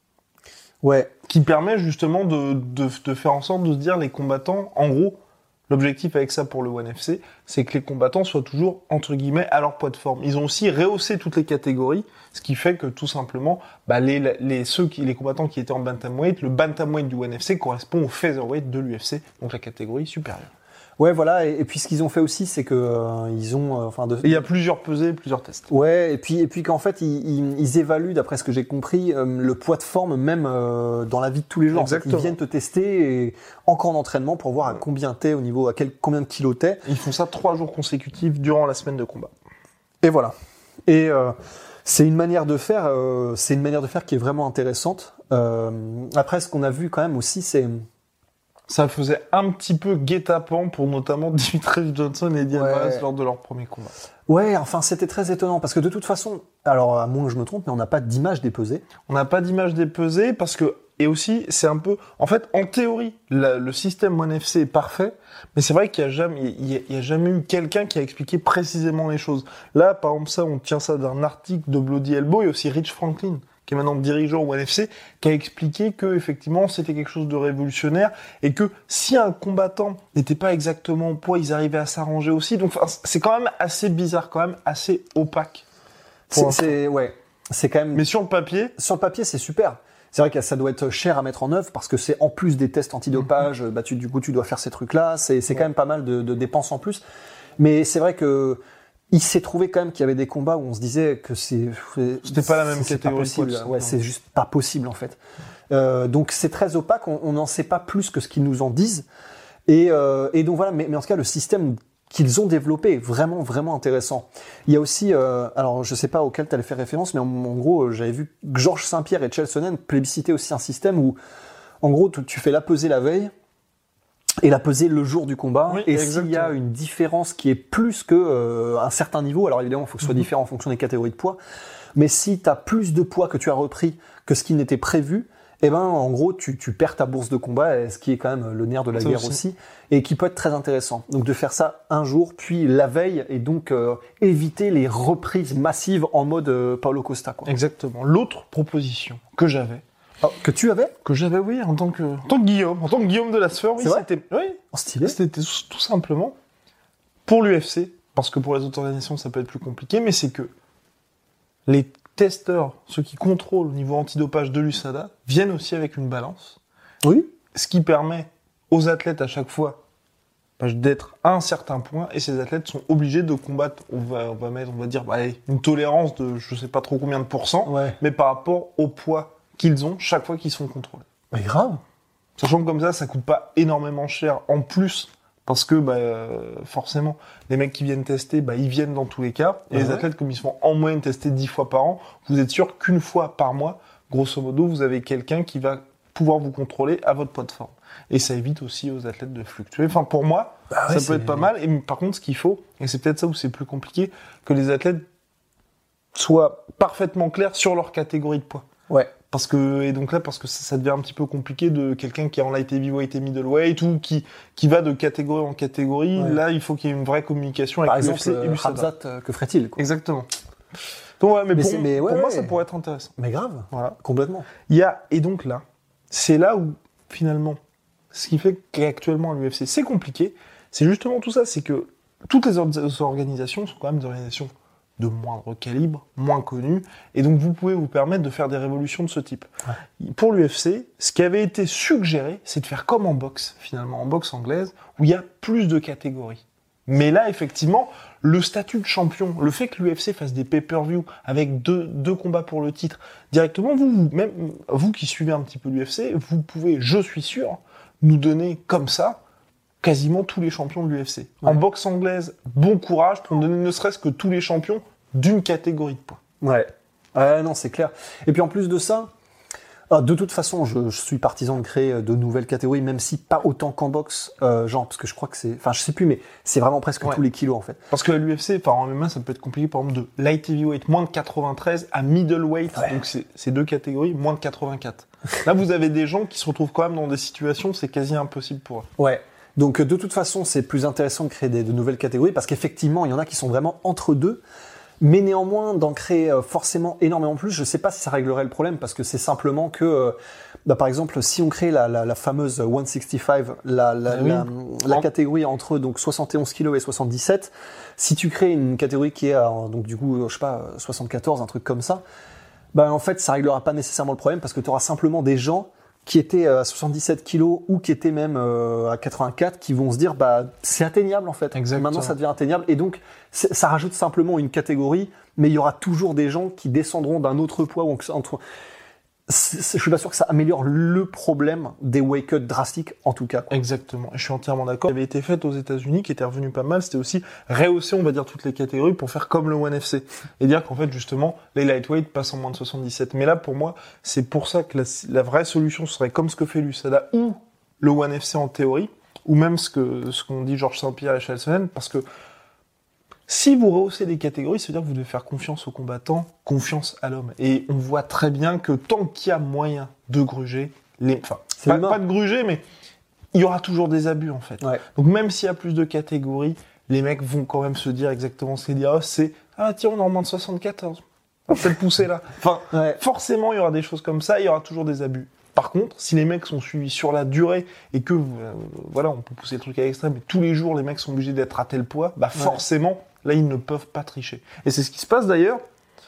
Ouais. qui permet justement de, de, de faire en sorte de se dire les combattants, en gros, l'objectif avec ça pour le ONE F C, c'est que les combattants soient toujours, entre guillemets, à leur poids de forme. Ils ont aussi rehaussé toutes les catégories, ce qui fait que, tout simplement, bah, les, les, ceux qui, les combattants qui étaient en bantamweight, le bantamweight du ONE F C correspond au featherweight de l'U F C, donc la catégorie supérieure. Ouais, voilà. Et, et puis, ce qu'ils ont fait aussi, c'est que, euh, ils ont, euh, enfin, de, Et il y a plusieurs pesées, plusieurs tests. Ouais, et puis et puis qu'en fait ils, ils, ils évaluent, d'après ce que j'ai compris, euh, le poids de forme même euh, dans la vie de tous les jours. En fait, Exactement. ils viennent te tester et, en camp d'entraînement pour voir à combien t'es au niveau, à quel combien de kilos t'es. Ils font ça trois jours consécutifs durant la semaine de combat. Et voilà. Et euh, c'est une manière de faire, euh, c'est une manière de faire qui est vraiment intéressante. Euh, après, ce qu'on a vu quand même aussi, c'est Ça faisait un petit peu guet-apens pour notamment Dimitri Johnson et Eddie Ouais. Alvarez lors de leur premier combat. ouais, enfin c'était très étonnant parce que de toute façon, alors à moins que je me trompe, mais on n'a pas d'image des pesées. On n'a pas d'image des pesées parce que, et aussi, c'est un peu, en fait, en théorie, la- le système ONE F C est parfait, mais c'est vrai qu'il y a jamais, il y a, il y a jamais eu quelqu'un qui a expliqué précisément les choses. Là, par exemple, ça, on tient ça d'un article de Bloody Elbow et aussi Rich Franklin, qui est maintenant dirigeant au ONE F C, qui a expliqué que, effectivement, c'était quelque chose de révolutionnaire et que si un combattant n'était pas exactement au poids, ils arrivaient à s'arranger aussi. Donc, enfin, c'est quand même assez bizarre, quand même assez opaque. C'est, Pour c'est ouais, c'est quand même. Mais sur le papier, Sur le papier, c'est super. C'est vrai que ça doit être cher à mettre en œuvre parce que c'est en plus des tests antidopage, bah tu, du coup tu dois faire ces trucs-là, c'est, c'est quand même pas mal de, de dépenses en plus. Mais c'est vrai que il s'est trouvé quand même qu'il y avait des combats où on se disait que c'est C'était pas la même c'est catégorie pas possible. de poids, tout Ouais, simplement. c'est juste pas possible en fait. Euh, donc c'est très opaque, on on n'en sait pas plus que ce qu'ils nous en disent. Et, euh, et donc voilà, mais, mais en tout cas le système qu'ils ont développé est vraiment vraiment intéressant. Il y a aussi, euh, alors je sais pas auquel tu allais faire référence, mais en, en gros euh, j'avais vu que Georges Saint-Pierre et Chael Sonnen plébiscitaient aussi un système où en gros tu, tu fais la pesée la veille et la pesée le jour du combat. Oui, et s'il y a exactement. une différence qui est plus que euh, un certain niveau, alors évidemment il faut que ce soit Mhm. différent en fonction des catégories de poids, mais si tu as plus de poids que tu as repris que ce qui n'était prévu, eh ben en gros tu, tu perds ta bourse de combat, et ce qui est quand même le nerf de la Ça guerre aussi. aussi. Et qui peut être très intéressant. Donc de faire ça un jour, puis la veille, et donc euh, éviter les reprises massives en mode euh, Paulo Costa, quoi. exactement. L'autre proposition que j'avais, Oh, que tu avais que j'avais, oui, en tant que, en tant que Guillaume, en tant que Guillaume de la Sphère, oui, C'est vrai c'était, oui, en stylé. c'était tout, tout simplement pour l'U F C, parce que pour les autres organisations ça peut être plus compliqué, mais c'est que les testeurs, ceux qui contrôlent au niveau antidopage de l'U S A D A, viennent aussi avec une balance, Oui. ce qui permet aux athlètes à chaque fois bah, d'être à un certain point, et ces athlètes sont obligés de combattre, on va, on va mettre, on va dire, bah, allez, une tolérance de je sais pas trop combien de pourcents, Ouais. mais par rapport au poids qu'ils ont chaque fois qu'ils sont contrôlés. Mais grave. Sachant que comme ça, ça coûte pas énormément cher en plus Parce que bah, euh, forcément, les mecs qui viennent tester, bah, ils viennent dans tous les cas. Et Ouais. les athlètes, comme ils se font en moyenne tester dix fois par an, vous êtes sûr qu'une fois par mois, grosso modo, vous avez quelqu'un qui va pouvoir vous contrôler à votre poids de forme. Et ça évite aussi aux athlètes de fluctuer. Enfin, pour moi, Bah ouais, ça peut c'est- être pas mal. Et par contre, ce qu'il faut, et c'est peut-être ça où c'est plus compliqué, que les athlètes soient parfaitement clairs sur leur catégorie de poids. Ouais. Parce que, et donc là, parce que ça, ça devient un petit peu compliqué de quelqu'un qui est en light heavyweight et middleweight ou qui, qui va de catégorie en catégorie. Ouais. Là, il faut qu'il y ait une vraie communication Par avec exemple, l'U F C et euh, l'U S A D A. Hamzat, euh, que ferait-il quoi. Exactement. Donc, ouais, mais, Mais pour, c'est- mais ouais, pour moi, ouais. ça pourrait être intéressant. Mais grave, Voilà. complètement. Il y a, et donc là, c'est là où, finalement, ce qui fait qu'actuellement, l'U F C, c'est compliqué, c'est justement tout ça, c'est que toutes les or- organisations sont quand même des organisations de moindre calibre, moins connues, et donc vous pouvez vous permettre de faire des révolutions de ce type. Ouais. Pour l'U F C, ce qui avait été suggéré, c'est de faire comme en boxe, finalement, en boxe anglaise, où il y a plus de catégories. Mais là, effectivement, le statut de champion, le fait que l'U F C fasse des pay-per-view avec deux, deux combats pour le titre, directement, vous, vous, même vous qui suivez un petit peu l'U F C, vous pouvez, je suis sûr, nous donner comme ça quasiment tous les champions de l'U F C. Ouais. En boxe anglaise, bon courage pour nous donner ne serait-ce que tous les champions d'une catégorie de poids. Ouais. Ouais, non, c'est clair. Et puis en plus de ça, ah, de toute façon, je, je suis partisan de créer de nouvelles catégories, même si pas autant qu'en boxe, euh, genre, parce que je crois que c'est, enfin, je sais plus, mais c'est vraiment presque ouais. tous les kilos, en fait. Parce que l'U F C, enfin, en M M A, ça peut être compliqué, par exemple, de light heavyweight, moins de quatre-vingt-treize, à middleweight, ouais. donc c'est, c'est deux catégories, moins de quatre-vingt-quatre. Là, vous avez des gens qui se retrouvent quand même dans des situations, c'est quasi impossible pour eux. Ouais. Donc, de toute façon, c'est plus intéressant de créer des, de nouvelles catégories, parce qu'effectivement, il y en a qui sont vraiment entre deux. Mais néanmoins, d'en créer euh, forcément énormément plus, je sais pas si ça réglerait le problème, parce que c'est simplement que, euh, bah, par exemple, si on crée la, la, la fameuse cent soixante-quinze, la, la, oui. la, la oh. catégorie entre donc soixante et onze kilos et soixante-dix-sept, si tu crées une catégorie qui est à, donc du coup, je sais pas, soixante-quatorze, un truc comme ça, bah en fait, ça réglera pas nécessairement le problème, parce que tu auras simplement des gens qui étaient à soixante-dix-sept kilos ou qui étaient même à quatre-vingt-quatre, qui vont se dire bah c'est atteignable en fait. Exactement. Maintenant ça devient atteignable et donc ça rajoute simplement une catégorie, mais il y aura toujours des gens qui descendront d'un autre poids. Donc entre, je suis pas sûr que ça améliore le problème des weight cuts drastiques en tout cas. Exactement. Je suis entièrement d'accord. Ça avait été fait aux États-Unis, qui était revenu pas mal. C'était aussi rehausser, on va dire, toutes les catégories pour faire comme le ONE F C et dire qu'en fait justement les lightweight passent en moins de soixante-dix-sept. Mais là pour moi c'est pour ça que la, la vraie solution serait comme ce que fait l'U S A D A ou le ONE F C en théorie, ou même ce que ce qu'on dit Georges Saint-Pierre et Chael Sonnen, parce que si vous rehaussez les catégories, ça veut dire que vous devez faire confiance aux combattants, confiance à l'homme. Et on voit très bien que tant qu'il y a moyen de gruger, les, enfin, pas, pas de gruger, mais il y aura toujours des abus, en fait. Ouais. Donc même s'il y a plus de catégories, les mecs vont quand même se dire exactement ce qu'ils disent. Oh, c'est, ah, tiens, on est en moins de soixante-quatorze. On peut le pousser là. Enfin, ouais. forcément, il y aura des choses comme ça, il y aura toujours des abus. Par contre, si les mecs sont suivis sur la durée et que, euh, voilà, on peut pousser le truc à l'extrême, mais tous les jours, les mecs sont obligés d'être à tel poids, bah, ouais. forcément, là, ils ne peuvent pas tricher. Et c'est ce qui se passe d'ailleurs.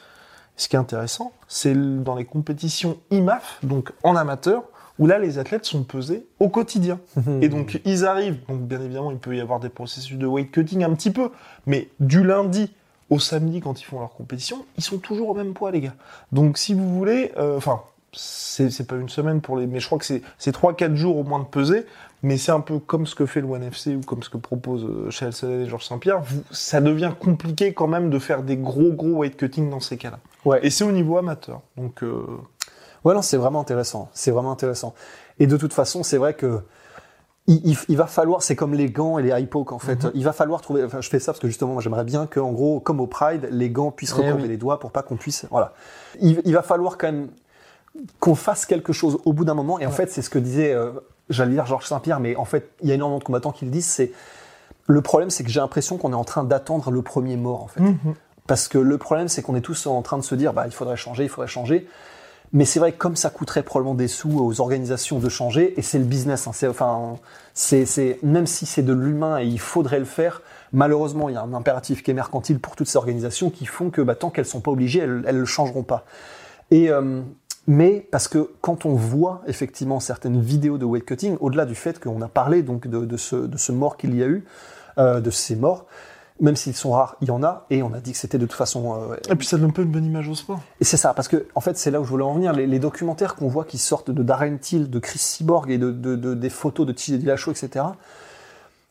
Ce qui est intéressant, c'est dans les compétitions I M A F, donc en amateur, où là, les athlètes sont pesés au quotidien. Et donc, ils arrivent, donc bien évidemment, il peut y avoir des processus de weight cutting un petit peu, mais du lundi au samedi, quand ils font leur compétition, ils sont toujours au même poids, les gars. Donc, si vous voulez, enfin, euh, c'est, c'est pas une semaine pour les, mais je crois que c'est, c'est trois quatre jours au moins de peser, mais c'est un peu comme ce que fait le ONE F C ou comme ce que propose euh, Chael Sonnen et Georges Saint-Pierre. Vous, ça devient compliqué quand même de faire des gros gros weight cutting dans ces cas-là. Ouais. Et c'est au niveau amateur. Donc, euh... ouais, non, c'est vraiment intéressant. C'est vraiment intéressant. Et de toute façon, c'est vrai que il, il, il va falloir, c'est comme les gants et les hypos en fait. Mm-hmm. Il va falloir trouver. Enfin, je fais ça parce que justement, moi, j'aimerais bien que, en gros, comme au Pride, les gants puissent recouper eh oui. les doigts pour pas qu'on puisse. Voilà. Il, il va falloir quand même qu'on fasse quelque chose au bout d'un moment. Et en ouais. fait, c'est ce que disait, euh, j'allais dire Georges Saint-Pierre, mais en fait, il y a énormément de combattants qui le disent. C'est le problème, c'est que j'ai l'impression qu'on est en train d'attendre le premier mort en fait. Mm-hmm. Parce que le problème, c'est qu'on est tous en train de se dire, bah, il faudrait changer, il faudrait changer. Mais c'est vrai que comme ça coûterait probablement des sous aux organisations de changer, et c'est le business, hein, c'est, enfin, c'est, c'est, même si c'est de l'humain et il faudrait le faire, malheureusement, il y a un impératif qui est mercantile pour toutes ces organisations qui font que, bah, tant qu'elles sont pas obligées, elles, elles le changeront pas. Et, euh, mais parce que quand on voit effectivement certaines vidéos de weight cutting, au-delà du fait qu'on a parlé donc de, de ce, de ce mort qu'il y a eu, euh, de ces morts, même s'ils sont rares, il y en a, et on a dit que c'était de toute façon... Euh, et puis ça donne pas une bonne image au sport. Et c'est ça, parce que en fait, c'est là où je voulais en venir. Les, les documentaires qu'on voit qui sortent de Darren Till, de Chris Cyborg et de, de, de, des photos de T J Dillashaw, et cetera.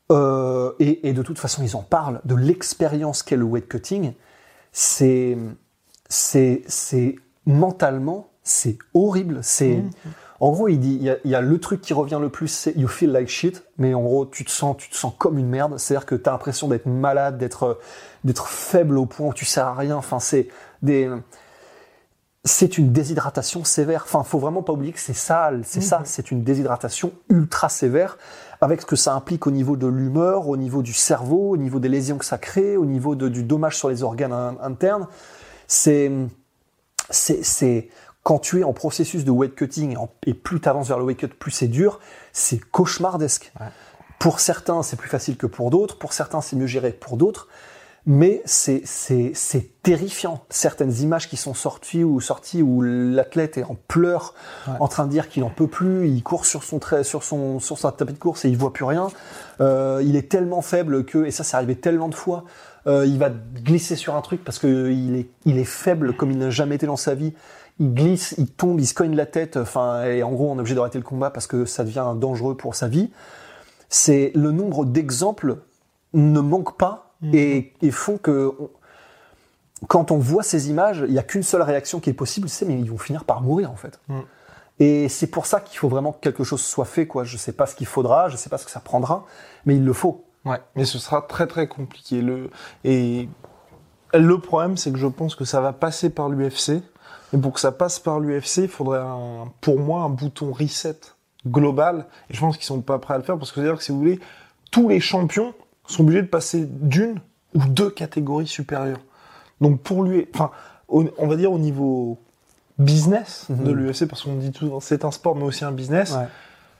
Euh, et, et de toute façon, ils en parlent de l'expérience qu'est le weight cutting. C'est, c'est, c'est mentalement, c'est horrible. C'est, mmh. En gros, il dit, il y, a, il y a le truc qui revient le plus, c'est you feel like shit. Mais en gros, tu te sens, tu te sens comme une merde. C'est-à-dire que t'as l'impression d'être malade, d'être, d'être faible au point où tu sers à rien. Enfin, c'est des, c'est une déshydratation sévère. Enfin, faut vraiment pas oublier que c'est ça, c'est mmh. ça, c'est une déshydratation ultra sévère. Avec ce que ça implique au niveau de l'humeur, au niveau du cerveau, au niveau des lésions que ça crée, au niveau de, du dommage sur les organes in, internes. C'est, c'est, c'est, quand tu es en processus de weight cutting, et, en, et plus tu avances vers le weight cut, plus c'est dur, c'est cauchemardesque. Ouais. Pour certains, c'est plus facile que pour d'autres. Pour certains, c'est mieux géré que pour d'autres. Mais c'est, c'est, c'est terrifiant. Certaines images qui sont sorties ou sorties où l'athlète est en pleurs, ouais. en train de dire qu'il n'en peut plus, il court sur son trait, sur son, sur sa tapis de course et il voit plus rien. Euh, il est tellement faible que, et ça, c'est arrivé tellement de fois, euh, il va glisser sur un truc parce que il est, il est faible comme il n'a jamais été dans sa vie. Il glisse, il tombe, il se cogne la tête. Enfin, et en gros, on est obligé d'arrêter le combat parce que ça devient dangereux pour sa vie. C'est le nombre d'exemples ne manque pas. Et, et font que on, quand on voit ces images, il n'y a qu'une seule réaction qui est possible, c'est mais ils vont finir par mourir en fait. Mm. Et c'est pour ça qu'il faut vraiment que quelque chose soit fait, quoi. Je sais pas ce qu'il faudra, je sais pas ce que ça prendra, mais il le faut. Ouais. Mais ce sera très très compliqué. Le et le problème, c'est que je pense que ça va passer par l'U F C. Et pour que ça passe par l'U F C, il faudrait un, pour moi un bouton reset global. Et je pense qu'ils sont pas prêts à le faire parce que c'est-à-dire que si vous voulez, tous les champions sont obligés de passer d'une ou deux catégories supérieures. Donc pour lui, enfin, on va dire au niveau business mmh. de l'U F C, parce qu'on dit tout, c'est un sport mais aussi un business. Ouais.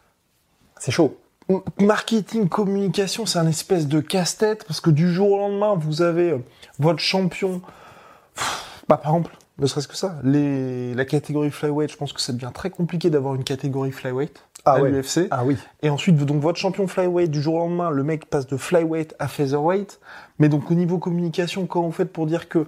C'est chaud. Marketing, communication, c'est un espèce de casse-tête parce que du jour au lendemain, vous avez euh, votre champion. Bah, par exemple, ne serait-ce que ça, les, la catégorie flyweight, je pense que ça devient très compliqué d'avoir une catégorie flyweight. Ah à ouais. l'U F C. Ah oui. Et ensuite, donc votre champion flyweight, du jour au lendemain, le mec passe de flyweight à featherweight. Mais donc au niveau communication, comment vous faites pour dire que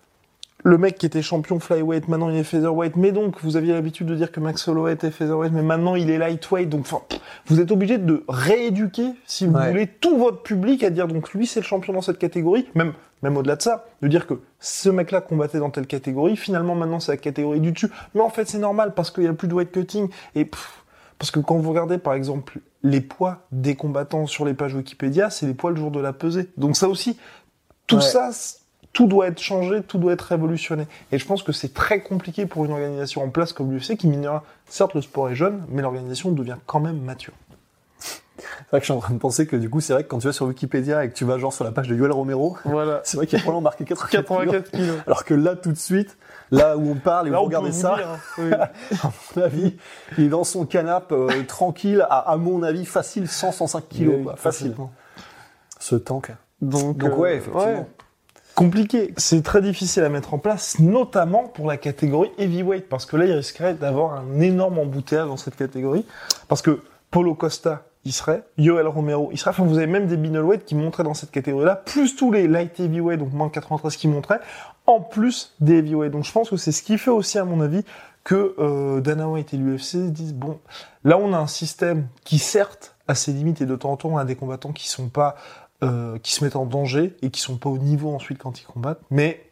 le mec qui était champion flyweight, maintenant il est featherweight, mais donc vous aviez l'habitude de dire que Max Holloway était featherweight, mais maintenant il est lightweight, donc enfin, vous êtes obligé de rééduquer, si vous ouais. voulez, tout votre public à dire donc lui c'est le champion dans cette catégorie, même même au-delà de ça, de dire que ce mec-là combattait dans telle catégorie, finalement maintenant c'est la catégorie du dessus, mais en fait c'est normal parce qu'il y a plus de weight cutting et pff, parce que quand vous regardez, par exemple, les poids des combattants sur les pages Wikipédia, c'est les poids le jour de la pesée. Donc ça aussi, tout ouais. ça, tout doit être changé, tout doit être révolutionné. Et je pense que c'est très compliqué pour une organisation en place comme l'U F C, qui minera, certes le sport est jeune, mais l'organisation devient quand même mature. C'est vrai que je suis en train de penser que du coup, c'est vrai que quand tu vas sur Wikipédia et que tu vas genre sur la page de Yoel Romero, voilà. c'est vrai qu'il y a probablement marqué quatre-vingt-quatre kilos. Alors que là, tout de suite, là où on parle et où là, vous regardez ça, dire, hein. oui. à mon avis, il est dans son canapé, euh, tranquille, à, à mon avis, facile, cent, cent cinq kilos, oui, quoi, facile. Ce tank. Donc, Donc euh, ouais, effectivement. Ouais. Compliqué. C'est très difficile à mettre en place, notamment pour la catégorie heavyweight, parce que là, il risquerait d'avoir un énorme embouteillage dans cette catégorie, parce que Paulo Costa, il serait, Yoel Romero, il serait, enfin, vous avez même des middleweight qui montraient dans cette catégorie-là, plus tous les light heavyweight, donc moins de quatre-vingt-treize qui montraient, en plus des heavyweight. Donc je pense que c'est ce qui fait aussi, à mon avis, que euh, Dana White et l'U F C disent, bon, là on a un système qui, certes, a ses limites, et de temps en temps, on a des combattants qui sont pas, euh, qui se mettent en danger, et qui sont pas au niveau ensuite quand ils combattent, mais...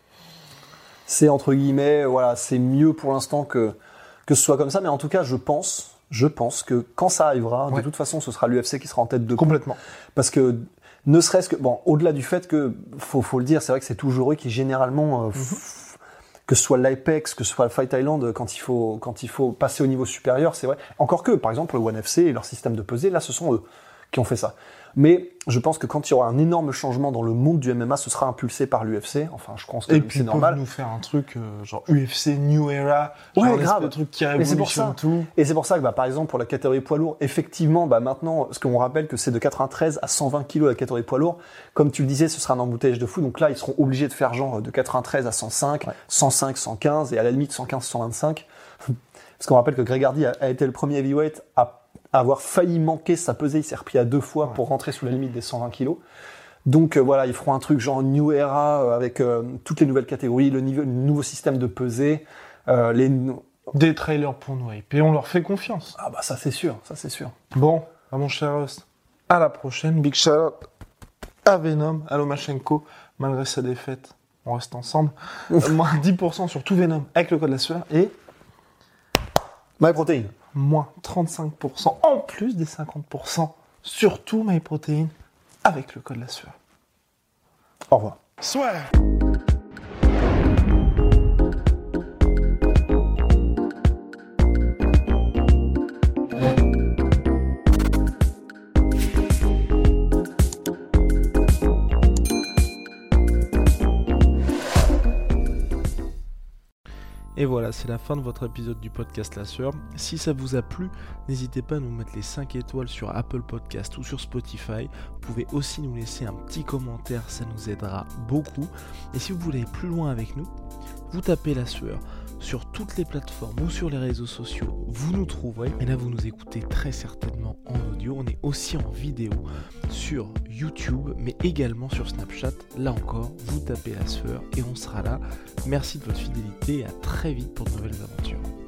C'est, entre guillemets, voilà, c'est mieux pour l'instant que, que ce soit comme ça, mais en tout cas, je pense... Je pense que quand ça arrivera, ouais. de toute façon, ce sera l'U F C qui sera en tête de complètement. Parce que ne serait-ce que bon, au-delà du fait que faut faut le dire, c'est vrai que c'est toujours eux qui généralement euh, mm-hmm. f- que ce soit l'Apex, que ce soit le Fight Island, quand il faut quand il faut passer au niveau supérieur, c'est vrai. Encore que, par exemple, le ONE F C et leur système de pesée, là, ce sont eux qui ont fait ça. Mais je pense que quand il y aura un énorme changement dans le monde du M M A, ce sera impulsé par l'U F C. Enfin, je pense que et c'est puis normal. Et puis, nous faire un truc euh, genre U F C New Era, genre ouais, un grave. de truc qui révolutionne tout. Et c'est pour ça que, bah, par exemple, pour la catégorie poids lourd, effectivement, bah, maintenant, parce qu'on rappelle que c'est de quatre-vingt-treize à cent vingt kilos la catégorie poids lourd. Comme tu le disais, ce sera un embouteillage de fou. Donc là, ils seront obligés de faire genre de quatre-vingt-treize à cent cinq, ouais. cent cinq, cent quinze et à la limite cent quinze, cent vingt-cinq. Parce qu'on rappelle que Greg Hardy a, a été le premier heavyweight à avoir failli manquer sa pesée, il s'est repris à deux fois ouais. pour rentrer sous la limite des cent vingt kilos. Donc euh, voilà, ils feront un truc genre New Era euh, avec euh, toutes les nouvelles catégories, le, niveau, le nouveau système de pesée, euh, les des trailers pour nous et on leur fait confiance. Ah bah ça c'est sûr, ça c'est sûr. Bon, ah mon cher Rust, À la prochaine. Big shout out à Venom, à Lomachenko. Malgré sa défaite, on reste ensemble. Moins dix pour cent sur tout Venom avec le code la sueur. Et MyProtein. moins trente-cinq pour cent en plus des cinquante pour cent sur tout MyProtein avec le code la sueur. Au revoir. Soit. Et voilà, c'est la fin de votre épisode du podcast La Sueur. Si ça vous a plu, n'hésitez pas à nous mettre les cinq étoiles sur Apple Podcast ou sur Spotify. Vous pouvez aussi nous laisser un petit commentaire, ça nous aidera beaucoup. Et si vous voulez aller plus loin avec nous, vous tapez La Sueur sur toutes les plateformes ou sur les réseaux sociaux, vous nous trouverez. Et là, vous nous écoutez très certainement en audio. On est aussi en vidéo sur YouTube, mais également sur Snapchat. Là encore, vous tapez La Sueur et on sera là. Merci de votre fidélité et à très vite pour de nouvelles aventures.